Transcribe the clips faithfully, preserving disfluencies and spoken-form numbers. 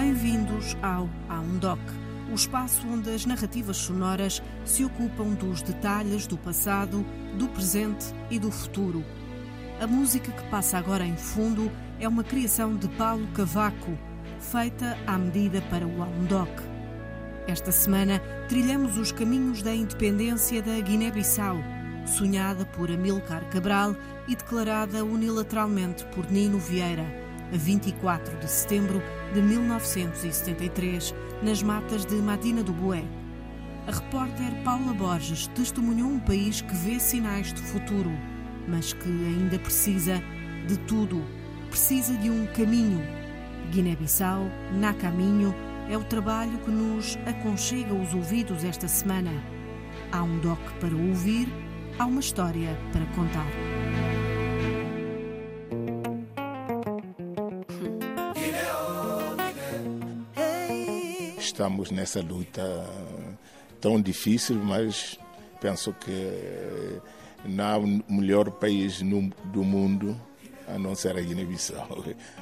Bem-vindos ao Aundoc, o espaço onde as narrativas sonoras se ocupam dos detalhes do passado, do presente e do futuro. A música que passa agora em fundo é uma criação de Paulo Cavaco, feita à medida para o Aundoc. Esta semana trilhamos os caminhos da independência da Guiné-Bissau, sonhada por Amílcar Cabral e declarada unilateralmente por Nino Vieira, a vinte e quatro de setembro de mil novecentos e setenta e três, nas matas de Madina do Bué. A repórter Paula Borges testemunhou um país que vê sinais de futuro, mas que ainda precisa de tudo. Precisa de um caminho. Guiné-Bissau, na caminho, é o trabalho que nos aconchega os ouvidos esta semana. Há um doc para ouvir, há uma história para contar. Estamos nessa luta tão difícil, mas penso que não há um melhor país no, do mundo a não ser a Guiné-Bissau.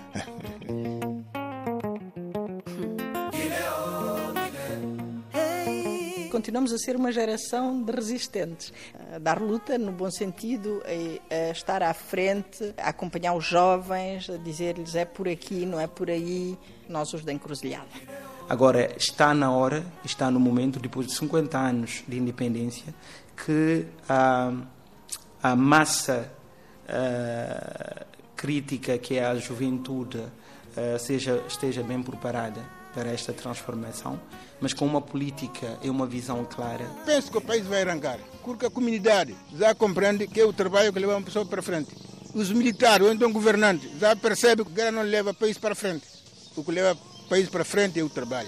Continuamos a ser uma geração de resistentes, a dar luta no bom sentido, a, a estar à frente, a acompanhar os jovens, a dizer-lhes é por aqui, não é por aí, nós os da encruzilhada. Agora, está na hora, está no momento, depois de cinquenta anos de independência, que a, a massa a, crítica, que é a juventude, a, seja, esteja bem preparada para esta transformação, mas com uma política e uma visão clara. Penso que o país vai arrancar, porque a comunidade já compreende que é o trabalho que leva uma pessoa para frente. Os militares, ou então governantes, já percebem que a guerra não leva o país para frente. O que leva o país para frente é o trabalho.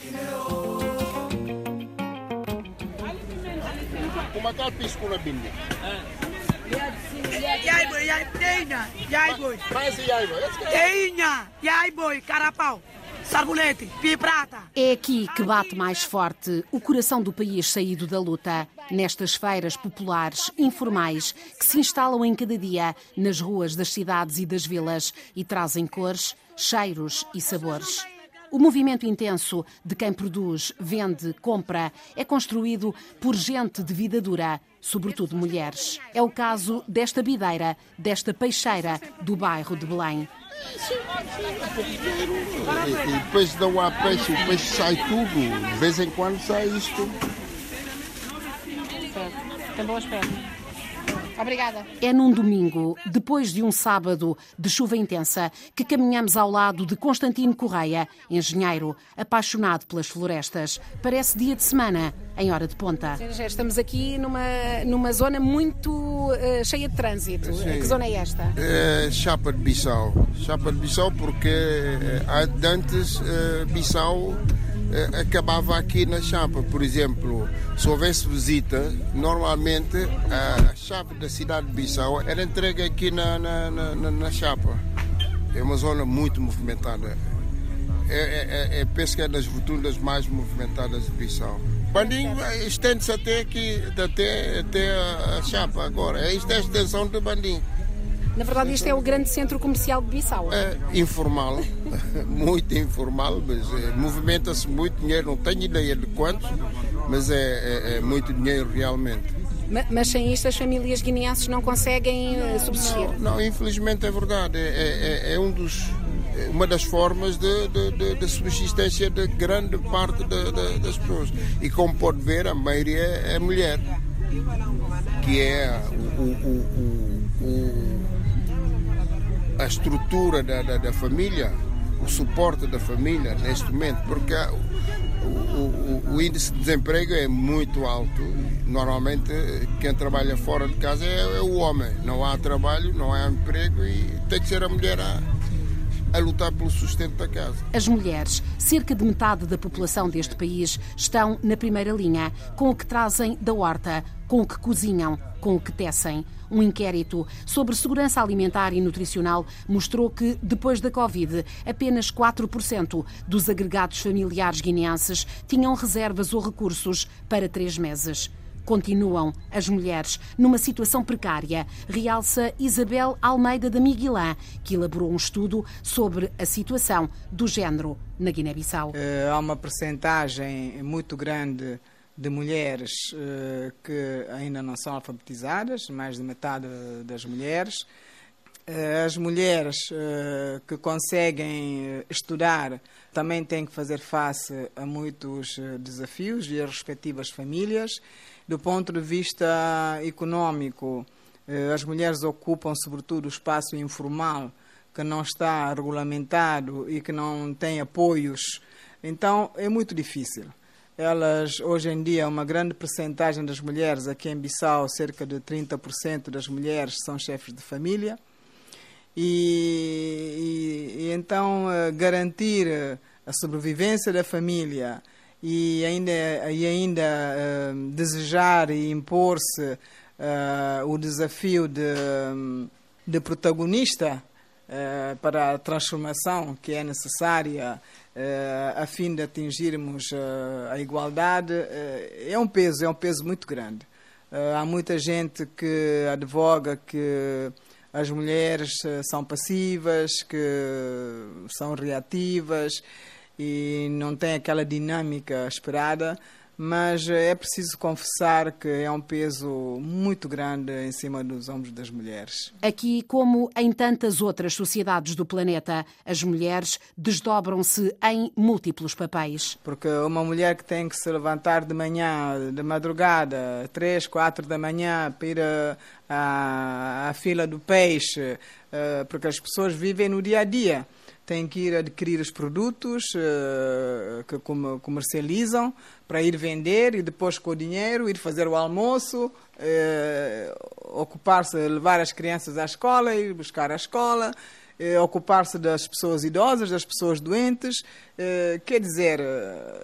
Como está o pisco na Bíblia? Yai boy, yai tenha, yai boy. Mas yai boy, tenha, yai boy, carapau, sarbulete, pi prata. É aqui que bate mais forte o coração do país saído da luta, nestas feiras populares, informais, que se instalam em cada dia nas ruas das cidades e das vilas e trazem cores, cheiros e sabores. O movimento intenso de quem produz, vende, compra é construído por gente de vida dura, sobretudo mulheres. É o caso desta bideira, desta peixeira do bairro de Belém. E, e depois dão a peixe, o peixe sai tudo, de vez em quando sai isto. Tem bom aspecto. Obrigada. É num domingo, depois de um sábado de chuva intensa, que caminhamos ao lado de Constantino Correia, engenheiro, apaixonado pelas florestas. Parece dia de semana, em hora de ponta. Estamos aqui numa, numa zona muito uh, cheia de trânsito. Sim. Que zona é esta? É Chapa de Bissau. Chapa de Bissau porque antes uh, Bissau acabava aqui na chapa. Por exemplo, se houvesse visita, normalmente a chave da cidade de Bissau era entregue aqui na, na, na, na chapa. É uma zona muito movimentada. É, é, é, penso que é das rotundas mais movimentadas de Bissau. Bandim estende-se até aqui, até, até a chapa agora. Isto é a extensão de Bandim. Na verdade, isto é o grande centro comercial de Bissau. É informal, muito informal, mas é, movimenta-se muito dinheiro, não tenho ideia de quantos, mas é, é, é muito dinheiro realmente. Mas, mas sem isto as famílias guineenses não conseguem uh, subsistir? Não, não, infelizmente é verdade. É, é, é um dos, uma das formas de, de, de, de subsistência de grande parte de, de, das pessoas. E como pode ver, a maioria é mulher, que é o... o, o, o a estrutura da, da, da família, o suporte da família neste momento, porque o, o, o índice de desemprego é muito alto. Normalmente quem trabalha fora de casa é, é o homem. Não há trabalho, não há emprego e tem que ser a mulher a, a lutar pelo sustento da casa. As mulheres, cerca de metade da população deste país, estão na primeira linha, com o que trazem da horta, com o que cozinham, com o que tecem. Um inquérito sobre segurança alimentar e nutricional mostrou que, depois da Covid, apenas quatro por cento dos agregados familiares guineenses tinham reservas ou recursos para três meses. continuam as mulheres numa situação precária, realça Isabel Almeida da Miguilã, que elaborou um estudo sobre a situação do género na Guiné-Bissau. Há uma percentagem muito grande de mulheres que ainda não são alfabetizadas, mais de metade das mulheres. As mulheres que conseguem estudar também têm que fazer face a muitos desafios e as respectivas famílias. Do ponto de vista econômico, as mulheres ocupam sobretudo o espaço informal, que não está regulamentado e que não tem apoios. Então é muito difícil. Elas, hoje em dia, uma grande percentagem das mulheres, aqui em Bissau, cerca de trinta por cento das mulheres são chefes de família. E, e, e então garantir a sobrevivência da família e ainda, e ainda uh, desejar e impor-se uh, o desafio de, de protagonista uh, para a transformação que é necessária uh, a fim de atingirmos uh, a igualdade, uh, é um peso, é um peso muito grande. Uh, há muita gente que advoga que as mulheres são passivas, que são reativas e não têm aquela dinâmica esperada, mas é preciso confessar que é um peso muito grande em cima dos ombros das mulheres. Aqui, como em tantas outras sociedades do planeta, as mulheres desdobram-se em múltiplos papéis. Porque uma mulher que tem que se levantar de manhã, de madrugada, três, quatro da manhã, para ir à, à fila do peixe, porque as pessoas vivem no dia a dia. Têm que ir adquirir os produtos uh, que comercializam para ir vender e depois com o dinheiro ir fazer o almoço, uh, ocupar-se, levar as crianças à escola, ir buscar à escola, uh, ocupar-se das pessoas idosas, das pessoas doentes. Uh, quer dizer, uh,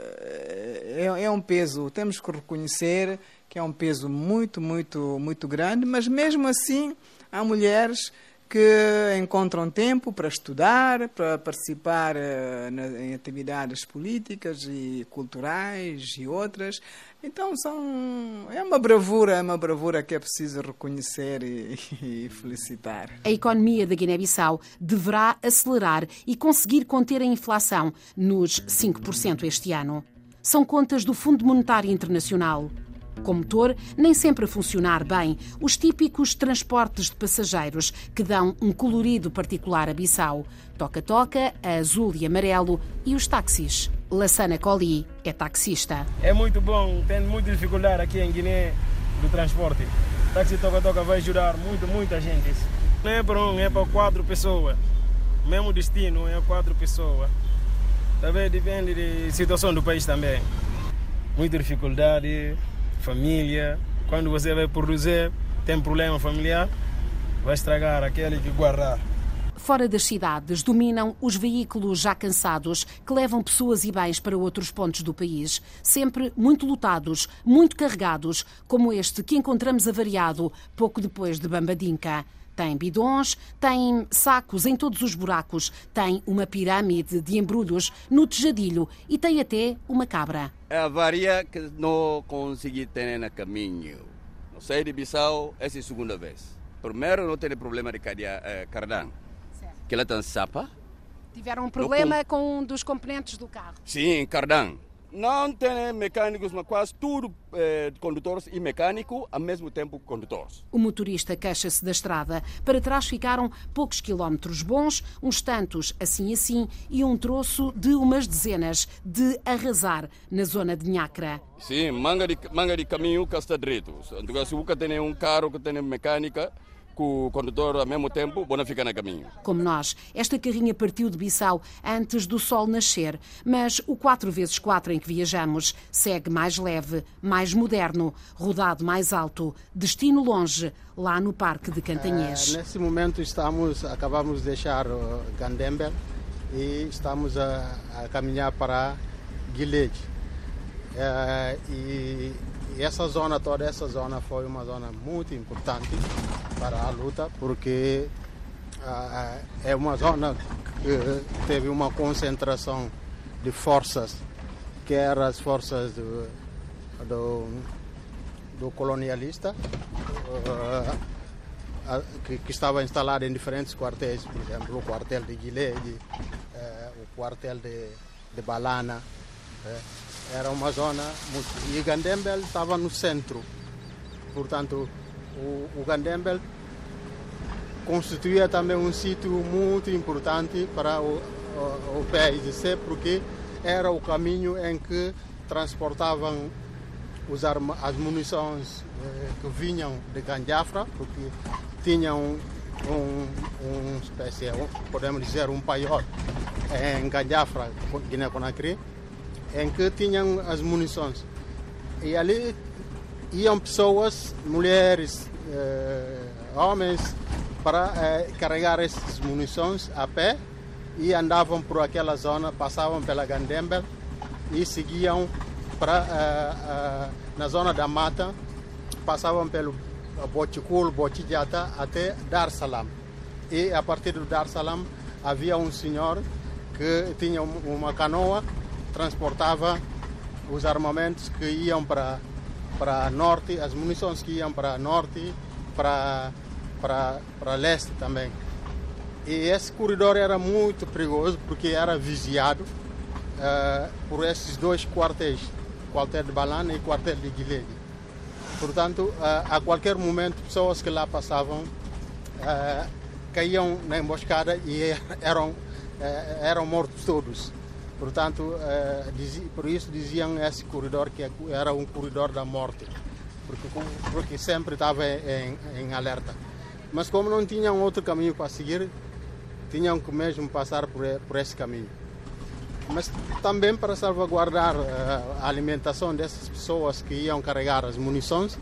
é, é um peso, temos que reconhecer que é um peso muito, muito, muito grande, mas mesmo assim há mulheres que encontram tempo para estudar, para participar uh, na, em atividades políticas e culturais e outras. Então são, é uma bravura, é uma bravura que é preciso reconhecer e, e felicitar. A economia da Guiné-Bissau deverá acelerar e conseguir conter a inflação nos cinco por cento este ano. São contas do Fundo Monetário Internacional. Com motor, nem sempre a funcionar bem, os típicos transportes de passageiros que dão um colorido particular a Bissau. Toca-toca, a azul e amarelo e os táxis. Lassana Colli é taxista. É muito bom, tem muita dificuldade aqui em Guiné do transporte. O táxi toca-toca vai ajudar muito, muita gente. Não é para um, é para quatro pessoas. O mesmo destino é quatro pessoas. Também depende da situação do país também. Muita dificuldade. Família, quando você vai produzir, tem problema familiar, vai estragar aquele que guardar. Fora das cidades, dominam os veículos já cansados que levam pessoas e bens para outros pontos do país. Sempre muito lotados, muito carregados, como este que encontramos avariado pouco depois de Bambadinca. Tem bidões, tem sacos em todos os buracos, tem uma pirâmide de embrulhos no tejadilho e tem até uma cabra. É a avaria que não consegui ter no caminho. Não saí de Bissau, essa é a segunda vez. Primeiro, não tenho problema de cardan, que ela tem sapa. Tiveram um problema com um dos componentes do carro? Sim, cardan. Não tem mecânicos, mas quase tudo eh, condutores e mecânico, ao mesmo tempo condutores. O motorista queixa-se da estrada. Para trás ficaram poucos quilómetros bons, uns tantos assim assim e um troço de umas dezenas de arrasar na zona de Nhacra. Sim, manga de, manga de caminho que está direito. Então, se você tem um carro que tem mecânica, com o condutor ao mesmo tempo, bom, fica no caminho. Como nós, esta carrinha partiu de Bissau antes do sol nascer, mas o quatro vezes quatro em que viajamos segue mais leve, mais moderno, rodado mais alto, destino longe, lá no Parque de Cantanhês. Uh, nesse momento estamos, acabamos de deixar uh, Gandembel e estamos a, a caminhar para Guilherme. Uh, e E essa zona, toda essa zona foi uma zona muito importante para a luta, porque uh, é uma zona que teve uma concentração de forças, que eram as forças do, do, do colonialista, uh, uh, que, que estava instalado em diferentes quartéis, por exemplo, o quartel de Guilherme, uh, o quartel de, de Balana. Uh, era uma zona muito... E Gandembel estava no centro. Portanto, o, o Gandembel constituía também um sítio muito importante para o, o, o P A I G C, porque era o caminho em que transportavam os arma, as munições eh, que vinham de Ganjafra, porque tinham um, um espécie, um, podemos dizer, um paiol em Ganjafra, Guiné-Conakry, em que tinham as munições. E ali iam pessoas, mulheres, eh, homens, para eh, carregar essas munições a pé e andavam por aquela zona, passavam pela Gandembel e seguiam para uh, uh, na zona da mata, passavam pelo Boticul, Botijata até Dar Salam. E a partir do Dar Salam havia um senhor que tinha uma canoa, transportava os armamentos que iam para para norte, as munições que iam para norte, para para para leste também. E esse corredor era muito perigoso porque era vigiado uh, por esses dois quartéis, o quartel de Balana e o quartel de Guilherme. Portanto, uh, a qualquer momento, pessoas que lá passavam uh, caíam na emboscada e eram, uh, eram mortos todos. Portanto, uh, dizi, por isso diziam esse corredor que era um corredor da morte, porque, porque sempre estava em, em alerta. Mas como não tinham outro caminho para seguir, tinham que mesmo passar por, por esse caminho. Mas também para salvaguardar uh, a alimentação dessas pessoas que iam carregar as munições,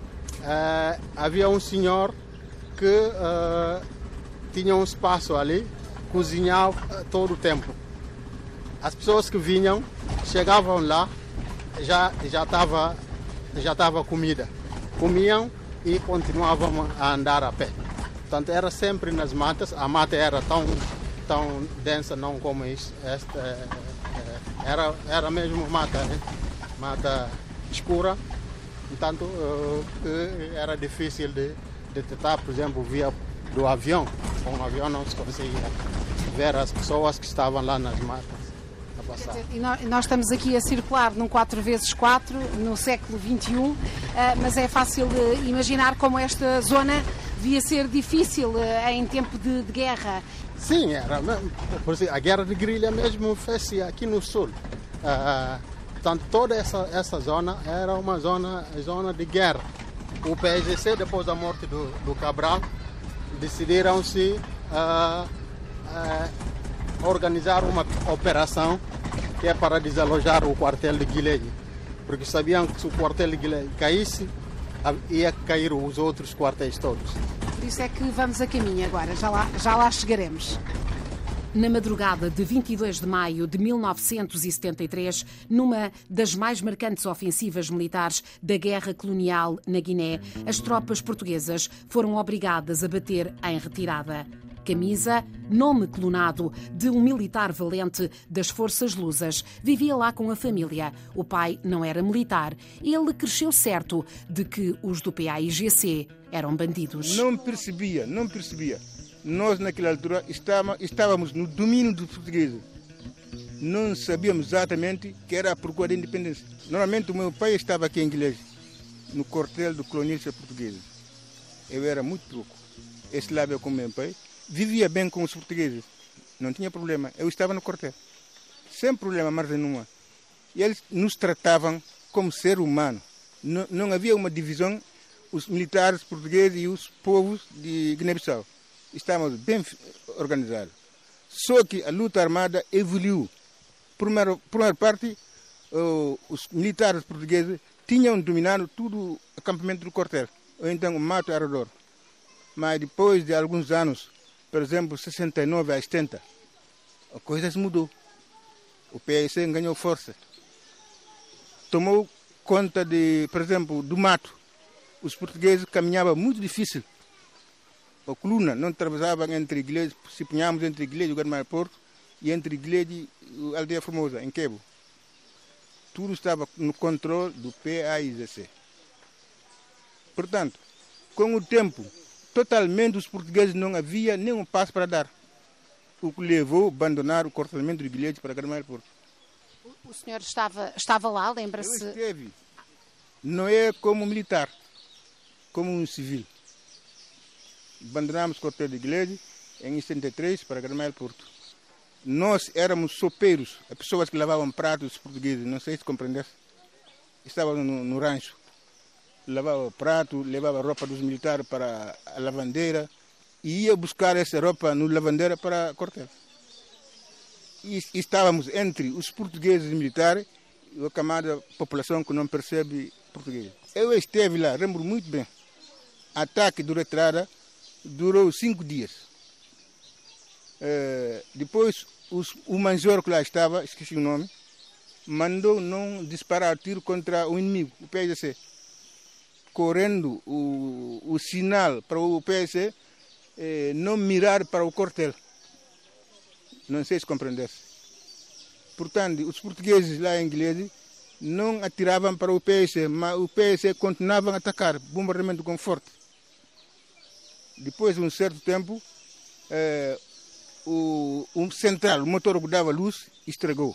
uh, havia um senhor que uh, tinha um espaço ali, cozinhava uh, todo o tempo. As pessoas que vinham, chegavam lá, já já estava já estava comida. Comiam e continuavam a andar a pé. Portanto, era sempre nas matas. A mata era tão, tão densa, não como isso. Esta, era, era mesmo mata, né? Mata escura. Portanto, era difícil de detectar, por exemplo, via do avião. Com o avião não se conseguia ver as pessoas que estavam lá nas matas. E nós estamos aqui a circular num quatro por quatro no século vinte e um, mas é fácil imaginar como esta zona devia ser difícil em tempo de, de guerra. Sim, era, a guerra de guerrilha mesmo fez-se aqui no sul. Portanto, toda essa, essa zona era uma zona, zona de guerra. O P A I G C, depois da morte do, do Cabral, decidiram-se uh, uh, organizar uma operação que é para desalojar o quartel de Guilherme, porque sabiam que se o quartel de Guilherme caísse, ia cair os outros quartéis todos. Por isso é que vamos a caminho agora, já lá, já lá chegaremos. Na madrugada de vinte e dois de maio de mil novecentos e setenta e três, numa das mais marcantes ofensivas militares da guerra colonial na Guiné, as tropas portuguesas foram obrigadas a bater em retirada. Camisa, nome clonado de um militar valente das forças lusas. Vivia lá com a família. O pai não era militar. Ele cresceu certo de que os do P A I G C eram bandidos. Não percebia, não percebia. Nós, naquela altura, estávamos no domínio dos portugueses. Não sabíamos exatamente que era a procura da independência. Normalmente, o meu pai estava aqui em Guilherme, no quartel do colonista português. Eu era muito pouco. Esse lá veio com meu pai. Vivia bem com os portugueses, não tinha problema. Eu estava no quartel, sem problema, margem nenhuma. E eles nos tratavam como ser humano. Não, não havia uma divisão, os militares portugueses e os povos de Guiné-Bissau. Estávamos bem organizados. Só que a luta armada evoluiu. Primeira, primeira parte, uh, os militares portugueses tinham dominado todo o acampamento do quartel, ou então o mato ao redor. Mas depois de alguns anos, por exemplo, sessenta e nove a setenta, a coisa se mudou. O P A I C ganhou força. Tomou conta, de, por exemplo, do mato. Os portugueses caminhavam muito difícil. A coluna não atravessava entre Guilherme, se punhamos entre Guilherme e o Guarda Porto, e entre Guilherme e a Aldeia Formosa, em Quebo. Tudo estava no controle do P A I G C. Portanto, com o tempo, totalmente os portugueses não havia nenhum passo para dar. O que levou a abandonar o cortamento de bilhetes para Grande Porto. O senhor estava, estava lá, Eu lembra-se? esteve. Não é como militar, como um civil. Abandonamos o quartel de igreja em setenta e três para Grande Porto. Nós éramos sopeiros, as pessoas que lavavam pratos portugueses, não sei se compreendesse. Estavam no, no rancho. Lavava prato, levava roupa dos militares para a lavandeira e ia buscar essa roupa no lavandeira para quartel. E estávamos entre os portugueses militares e a camada população que não percebe português. Eu esteve lá, lembro muito bem. Ataque de retirada durou cinco dias. Uh, depois os, o major que lá estava, esqueci o nome, mandou não disparar tiro contra o inimigo, o P S C. Correndo o, o sinal para o P S C eh, não mirar para o quartel. Não sei se compreendesse. Portanto, os portugueses lá em Guilherme não atiravam para o P S C, mas o P S C continuava a atacar, bombardeamento com forte. Depois de um certo tempo, eh, o, o central, o motor que dava luz, estragou.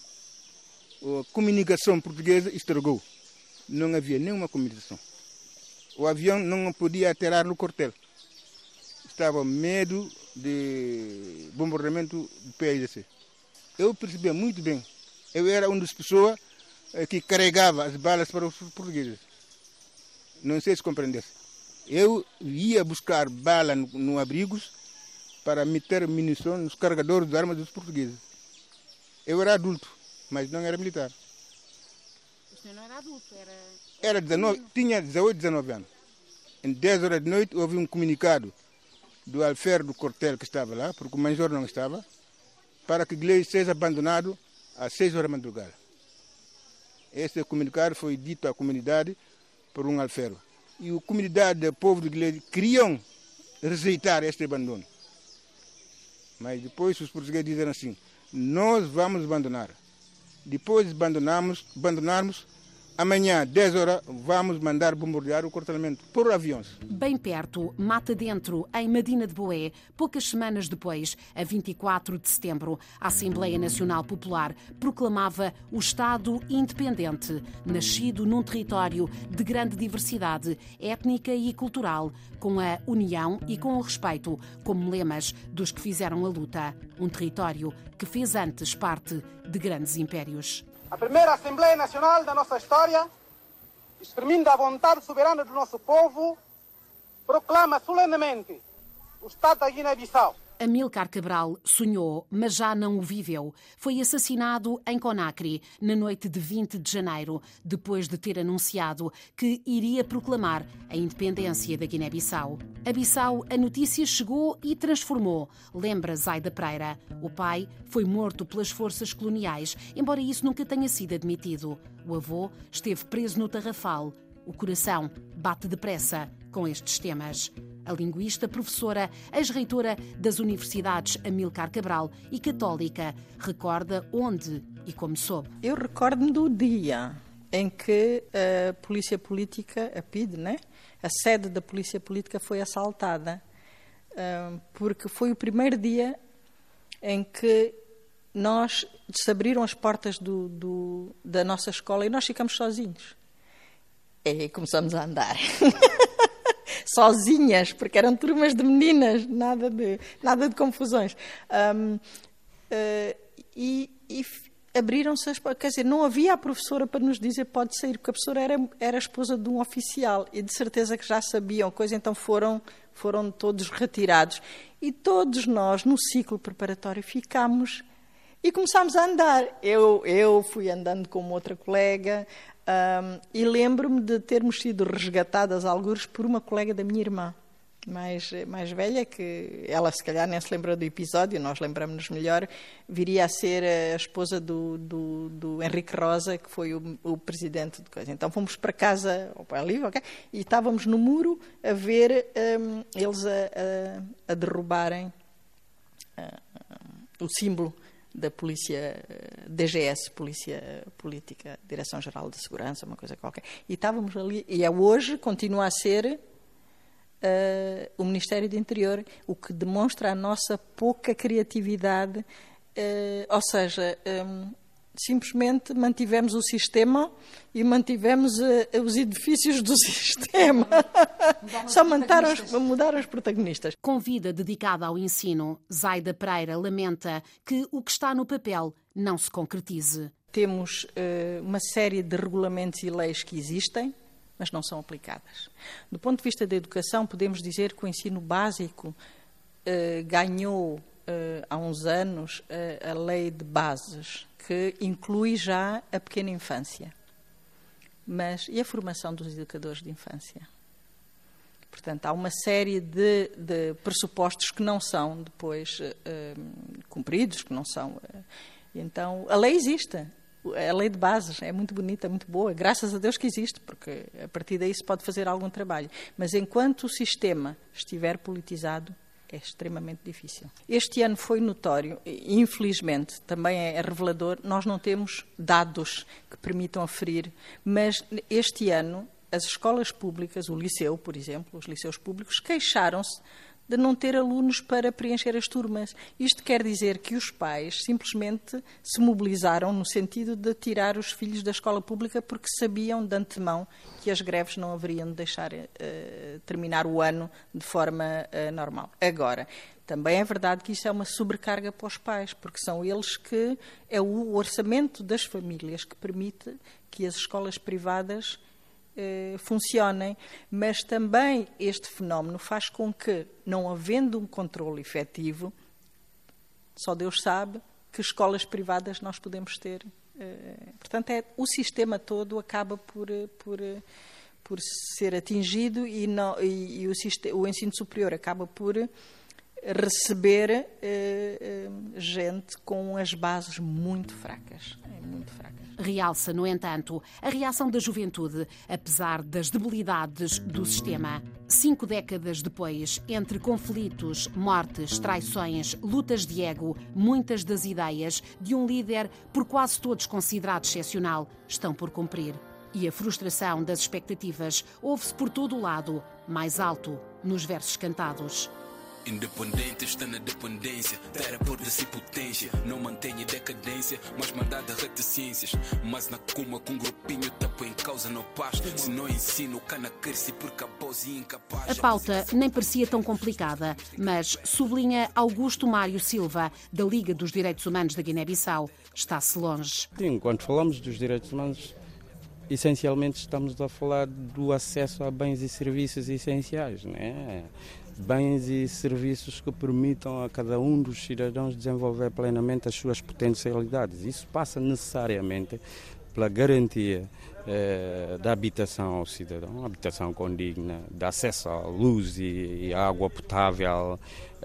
A comunicação portuguesa estragou. Não havia nenhuma comunicação. O avião não podia aterrar no quartel. Estava medo de bombardeamento do P S C. Eu percebia muito bem. Eu era uma das pessoas que carregava as balas para os portugueses. Não sei se compreendesse. Eu ia buscar bala no, no abrigos para meter munição nos carregadores de armas dos portugueses. Eu era adulto, mas não era militar. O senhor não era adulto, era... Era dezenove, tinha dezoito, dezenove anos. Em dez horas de noite houve um comunicado do alferre do quartel que estava lá, porque o major não estava, para que Guilherme seja abandonado às seis horas da madrugada. Esse comunicado foi dito à comunidade por um alferre. E a comunidade do povo de Guilherme queriam rejeitar este abandono. Mas depois os portugueses disseram assim, nós vamos abandonar. Depois de abandonarmos, abandonarmos, amanhã, dez horas, vamos mandar bombardear o cortamento por aviões. Bem perto, mata dentro, em Medina de Boé, poucas semanas depois, a vinte e quatro de setembro, a Assembleia Nacional Popular proclamava o Estado independente, nascido num território de grande diversidade étnica e cultural, com a união e com o respeito como lemas dos que fizeram a luta. Um território que fez antes parte de grandes impérios. A primeira Assembleia Nacional da nossa história, exprimindo a vontade soberana do nosso povo, proclama solenemente o Estado da Guiné-Bissau. Amílcar Cabral sonhou, mas já não o viveu. Foi assassinado em Conakry, na noite de vinte de janeiro, depois de ter anunciado que iria proclamar a independência da Guiné-Bissau. A Bissau, a notícia chegou e transformou. Lembra Zaida Pereira. O pai foi morto pelas forças coloniais, embora isso nunca tenha sido admitido. O avô esteve preso no Tarrafal. O coração bate depressa com estes temas. A linguista, professora, ex-reitora das universidades Amílcar Cabral e católica, recorda onde e como soube. Eu recordo-me do dia em que a Polícia Política, a P I D, né? A sede da Polícia Política foi assaltada, porque foi o primeiro dia em que nós se abriram as portas do, do, da nossa escola e nós ficamos sozinhos. E começamos a andar. Sozinhas, porque eram turmas de meninas, nada de, nada de confusões. Um, uh, e e abriram-se as portas, quer dizer, não havia a professora para nos dizer pode sair, porque a professora era, era a esposa de um oficial e de certeza que já sabiam coisa, então foram, foram todos retirados. E todos nós, no ciclo preparatório, ficámos e começámos a andar. Eu, eu fui andando com uma outra colega. Um, e lembro-me de termos sido resgatadas algures por uma colega da minha irmã, mais, mais velha, que ela se calhar nem se lembra do episódio, nós lembramos-nos melhor, viria a ser a esposa do, do, do Henrique Rosa, que foi o, o presidente de coisa. Então fomos para casa, ou para ali, okay? E estávamos no muro a ver um, eles a, a, a derrubarem uh, o símbolo da Polícia, D G S, Polícia Política, Direção-Geral de Segurança, uma coisa qualquer. E estávamos ali, e é hoje, continua a ser uh, o Ministério do Interior, o que demonstra a nossa pouca criatividade, uh, ou seja, um, simplesmente mantivemos o sistema e mantivemos uh, os edifícios do sistema. Só mudaram os, mudaram os protagonistas. Com vida dedicada ao ensino, Zaida Pereira lamenta que o que está no papel não se concretize. Temos uh, uma série de regulamentos e leis que existem, mas não são aplicadas. Do ponto de vista da educação, podemos dizer que o ensino básico uh, ganhou uh, há uns anos uh, a lei de bases, que inclui já a pequena infância. Mas e a formação dos educadores de infância? Portanto, há uma série de, de pressupostos que não são depois uh, cumpridos, que não são... Uh, então, a lei existe. A lei de bases é muito bonita, muito boa. Graças a Deus que existe, porque a partir daí se pode fazer algum trabalho. Mas enquanto o sistema estiver politizado, é extremamente difícil. Este ano foi notório, e infelizmente também é revelador, nós não temos dados que permitam aferir, mas este ano as escolas públicas, o liceu, por exemplo, os liceus públicos, queixaram-se de não ter alunos para preencher as turmas. Isto quer dizer que os pais simplesmente se mobilizaram no sentido de tirar os filhos da escola pública porque sabiam de antemão que as greves não haveriam de deixar uh, terminar o ano de forma uh, normal. Agora, também é verdade que isso é uma sobrecarga para os pais, porque são eles que... É o orçamento das famílias que permite que as escolas privadas funcionem, mas também este fenómeno faz com que, não havendo um controle efetivo, só Deus sabe que escolas privadas nós podemos ter. Portanto, é, o sistema todo acaba por, por, por ser atingido e, não, e, e o, sistema, o ensino superior acaba por receber eh, eh, gente com as bases muito fracas, muito fracas. Realça, no entanto, a reação da juventude, apesar das debilidades do sistema. Cinco décadas depois, entre conflitos, mortes, traições, lutas de ego, muitas das ideias de um líder por quase todos considerado excepcional estão por cumprir. E a frustração das expectativas ouve-se por todo o lado, mais alto, nos versos cantados. Independente está na dependência, terra por si potência, não mantém decadência, mas mandada reticências, mas na cuma com um grupinho tapo em causa no paz, se não ensino cana cresce porque a voz é incapaz. A pauta nem parecia tão complicada, mas sublinha Augusto Mário Silva, da Liga dos Direitos Humanos da Guiné-Bissau, está-se longe. Sim, quando falamos dos direitos humanos, essencialmente estamos a falar do acesso a bens e serviços essenciais, né? Bens e serviços que permitam a cada um dos cidadãos desenvolver plenamente as suas potencialidades. Isso passa necessariamente pela garantia eh, da habitação ao cidadão, habitação condigna, de acesso à luz e, e à água potável,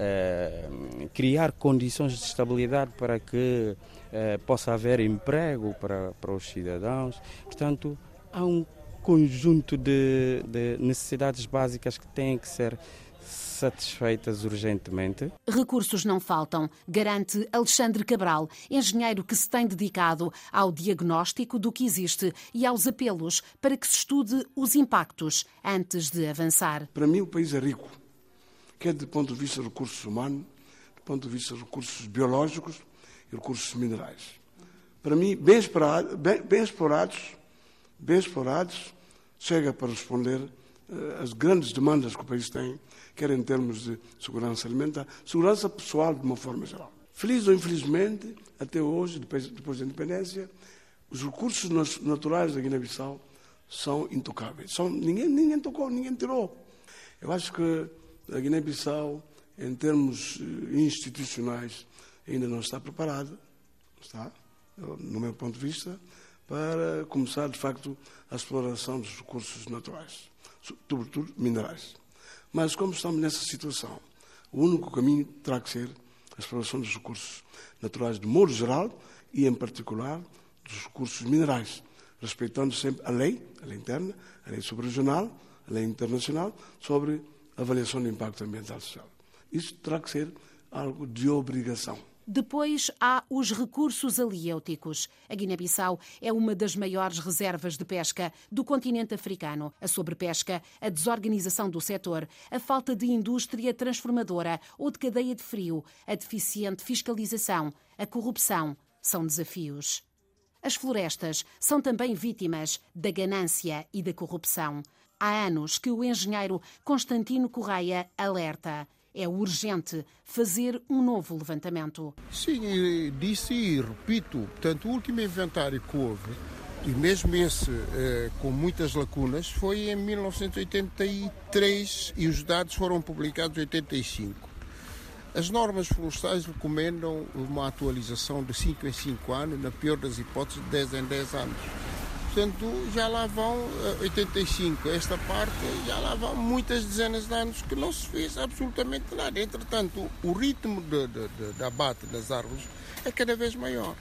eh, criar condições de estabilidade para que eh, possa haver emprego para, para os cidadãos. Portanto, há um conjunto de, de necessidades básicas que têm que ser satisfeitas urgentemente. Recursos não faltam, garante Alexandre Cabral, engenheiro que se tem dedicado ao diagnóstico do que existe e aos apelos para que se estude os impactos antes de avançar. Para mim o país é rico, quer do ponto de vista de recursos humanos, do ponto de vista de recursos biológicos e recursos minerais. Para mim, bem, explorado, bem, bem explorados, bem explorados, chega para responder uh, às grandes demandas que o país tem, quer em termos de segurança alimentar, segurança pessoal de uma forma geral. Feliz ou infelizmente, até hoje, depois, depois da independência, os recursos naturais da Guiné-Bissau são intocáveis. São, ninguém, ninguém tocou, ninguém tirou. Eu acho que a Guiné-Bissau, em termos institucionais, ainda não está preparada, está, no meu ponto de vista, para começar, de facto, a exploração dos recursos naturais, sobretudo minerais. Mas, como estamos nessa situação, o único caminho terá que ser a exploração dos recursos naturais de modo geral e, em particular, dos recursos minerais, respeitando sempre a lei, a lei interna, a lei subregional, a lei internacional, sobre a avaliação do impacto ambiental e social. Isso terá que ser algo de obrigação. Depois há os recursos haliêuticos. A Guiné-Bissau é uma das maiores reservas de pesca do continente africano. A sobrepesca, a desorganização do setor, a falta de indústria transformadora ou de cadeia de frio, a deficiente fiscalização, a corrupção são desafios. As florestas são também vítimas da ganância e da corrupção. Há anos que o engenheiro Constantino Correia alerta. É urgente fazer um novo levantamento. Sim, disse e repito, portanto, o último inventário que houve, e mesmo esse eh, com muitas lacunas, foi em mil novecentos e oitenta e três e os dados foram publicados em oitenta e cinco. As normas florestais recomendam uma atualização de cinco em cinco anos, na pior das hipóteses, de dez em dez anos. Portanto, já lá vão oitenta e cinco, esta parte, já lá vão muitas dezenas de anos que não se fez absolutamente nada. Entretanto, o ritmo de, de, de, de abate das árvores é cada vez maior.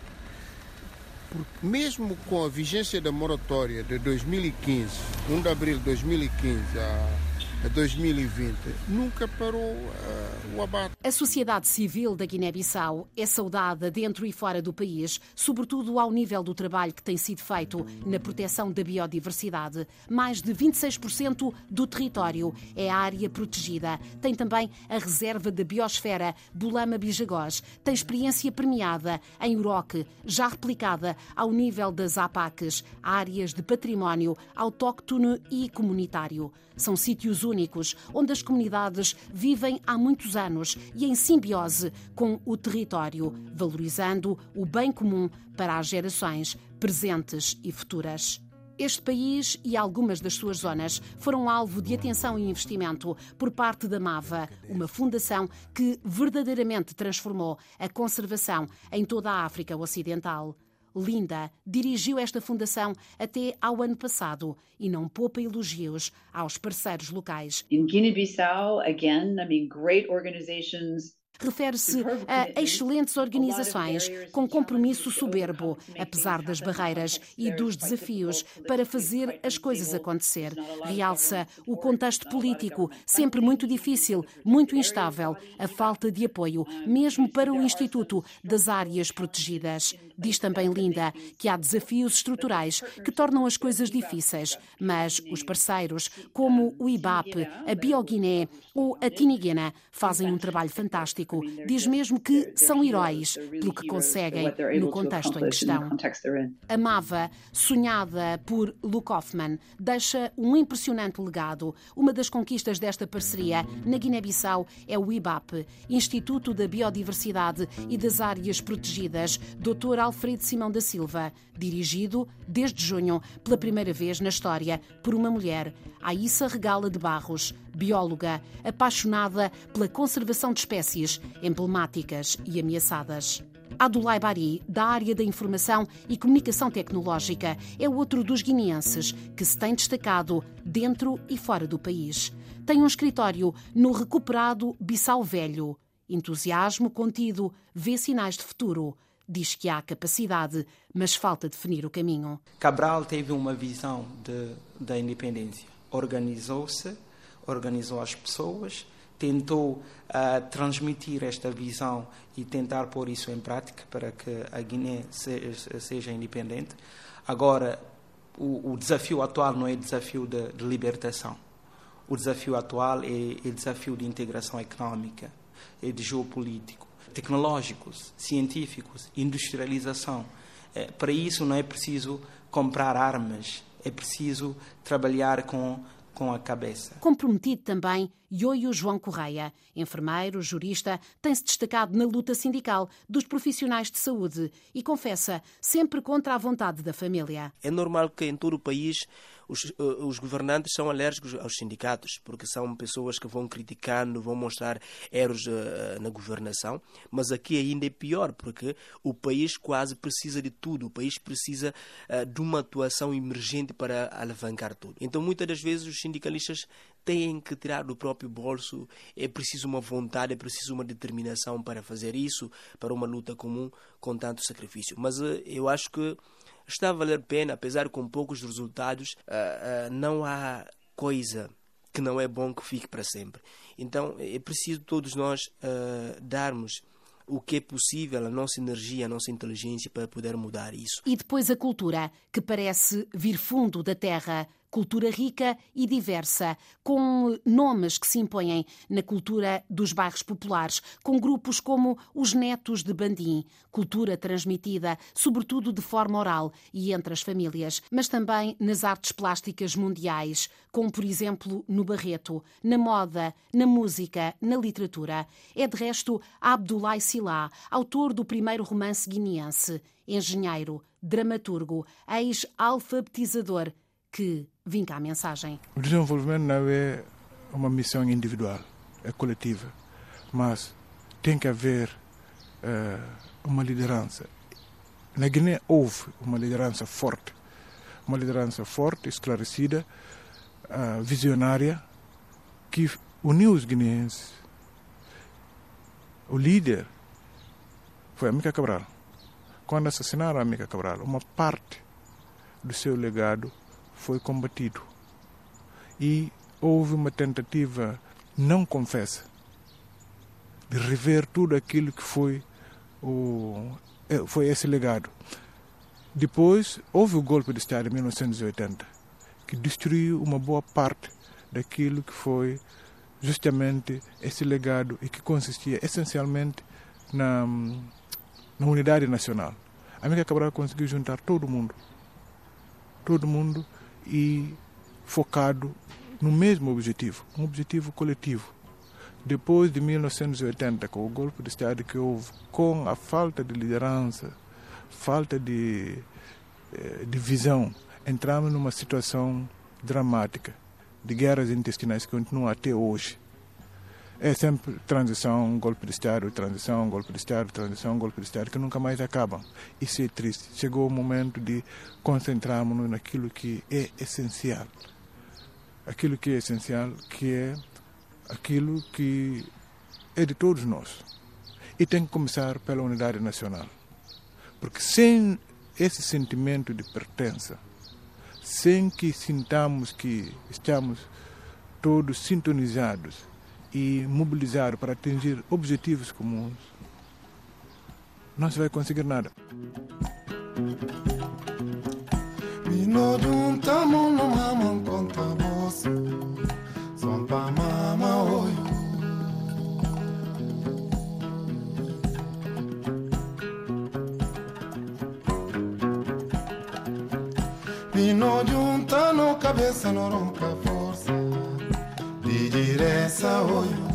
Porque mesmo com a vigência da moratória de dois mil e quinze, primeiro de abril de dois mil e quinze a dois mil e vinte, nunca parou uh, o abate. A sociedade civil da Guiné-Bissau é saudada dentro e fora do país, sobretudo ao nível do trabalho que tem sido feito na proteção da biodiversidade. Mais de vinte e seis por cento do território é área protegida. Tem também a reserva da biosfera Bulama-Bijagós. Tem experiência premiada em Uroque, já replicada ao nível das APACs, áreas de património autóctone e comunitário. São sítios únicos, onde as comunidades vivem há muitos anos e em simbiose com o território, valorizando o bem comum para as gerações presentes e futuras. Este país e algumas das suas zonas foram alvo de atenção e investimento por parte da MAVA, uma fundação que verdadeiramente transformou a conservação em toda a África Ocidental. Linda dirigiu esta fundação até ao ano passado e não poupa elogios aos parceiros locais. In Guinea-Bissau, again, I mean, great organizations. Refere-se a excelentes organizações com compromisso soberbo, apesar das barreiras e dos desafios para fazer as coisas acontecer. Realça o contexto político, sempre muito difícil, muito instável, a falta de apoio, mesmo para o Instituto das Áreas Protegidas. Diz também Linda que há desafios estruturais que tornam as coisas difíceis, mas os parceiros, como o I B A P, a Bioguiné ou a Tiniguena, fazem um trabalho fantástico. Diz mesmo que são heróis pelo que conseguem no contexto em questão. A MAVA, sonhada por Luke Hoffman, deixa um impressionante legado. Uma das conquistas desta parceria na Guiné-Bissau é o I B A P, Instituto da Biodiversidade e das Áreas Protegidas, doutor Alfredo Simão da Silva, dirigido, desde junho, pela primeira vez na história, por uma mulher, Aissa Regala de Barros, bióloga, apaixonada pela conservação de espécies emblemáticas e ameaçadas. Abdoulaye Bari, da área da informação e comunicação tecnológica, é outro dos guineenses que se tem destacado dentro e fora do país. Tem um escritório no recuperado Bissau Velho. Entusiasmo contido, vê sinais de futuro. Diz que há capacidade, mas falta definir o caminho. Cabral teve uma visão de, da independência. Organizou-se, organizou as pessoas, tentou uh, transmitir esta visão e tentar pôr isso em prática para que a Guiné seja, seja independente. Agora, o, o desafio atual não é desafio de, de libertação. O desafio atual é, é desafio de integração económica, é de geopolítico, tecnológicos, científicos, industrialização. É, para isso não é preciso comprar armas, é preciso trabalhar com com a cabeça. Comprometido também, Ioio João Correia, enfermeiro, jurista, tem-se destacado na luta sindical dos profissionais de saúde e confessa sempre contra a vontade da família. É normal que em todo o país os, os governantes são alérgicos aos sindicatos, porque são pessoas que vão criticando, vão mostrar erros uh, na governação, mas aqui ainda é pior, porque o país quase precisa de tudo, o país precisa uh, de uma atuação emergente para alavancar tudo. Então muitas das vezes os sindicalistas têm que tirar do próprio bolso, é preciso uma vontade, é preciso uma determinação para fazer isso, para uma luta comum com tanto sacrifício. Mas uh, eu acho que está a valer a pena, apesar de com poucos resultados, uh, uh, não há coisa que não é bom que fique para sempre. Então é preciso todos nós uh, darmos o que é possível, a nossa energia, a nossa inteligência para poder mudar isso. E depois a cultura, que parece vir fundo da terra. Cultura rica e diversa, com nomes que se impõem na cultura dos bairros populares, com grupos como os Netos de Bandim, cultura transmitida sobretudo de forma oral e entre as famílias, mas também nas artes plásticas mundiais, como por exemplo no Barreto, na moda, na música, na literatura. É de resto Abdoulaye Sylla, autor do primeiro romance guineense, engenheiro, dramaturgo, ex-alfabetizador, que vinca a mensagem. O desenvolvimento não é uma missão individual, é coletiva, mas tem que haver uh, uma liderança. Na Guiné houve uma liderança forte, uma liderança forte, esclarecida, uh, visionária, que uniu os guineenses. O líder foi Amílcar Cabral. Quando assassinaram Amílcar Cabral, uma parte do seu legado foi combatido e houve uma tentativa não confessa de rever tudo aquilo que foi, o, foi esse legado. Depois houve o golpe de Estado em mil novecentos e oitenta, que destruiu uma boa parte daquilo que foi justamente esse legado e que consistia essencialmente na, na unidade nacional. Amílcar Cabral conseguiu juntar todo mundo, todo mundo e focado no mesmo objetivo, um objetivo coletivo. Depois de mil novecentos e oitenta, com o golpe de Estado que houve, com a falta de liderança, falta de, de visão, entramos numa situação dramática de guerras intestinais que continuam até hoje. É sempre transição, golpe de Estado, transição, golpe de Estado, transição, golpe de Estado, que nunca mais acabam. Isso é triste. Chegou o momento de concentrarmos-nos naquilo que é essencial. Aquilo que é essencial, que é aquilo que é de todos nós. E tem que começar pela unidade nacional. Porque sem esse sentimento de pertença, sem que sintamos que estamos todos sintonizados e mobilizados para atingir objetivos comuns, não se vai conseguir nada. Vino junta no cabeça no ronca força de diresa olho.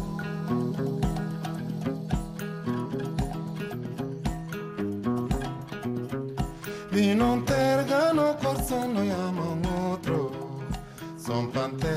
Vino terga no corso no llama outro. Son pante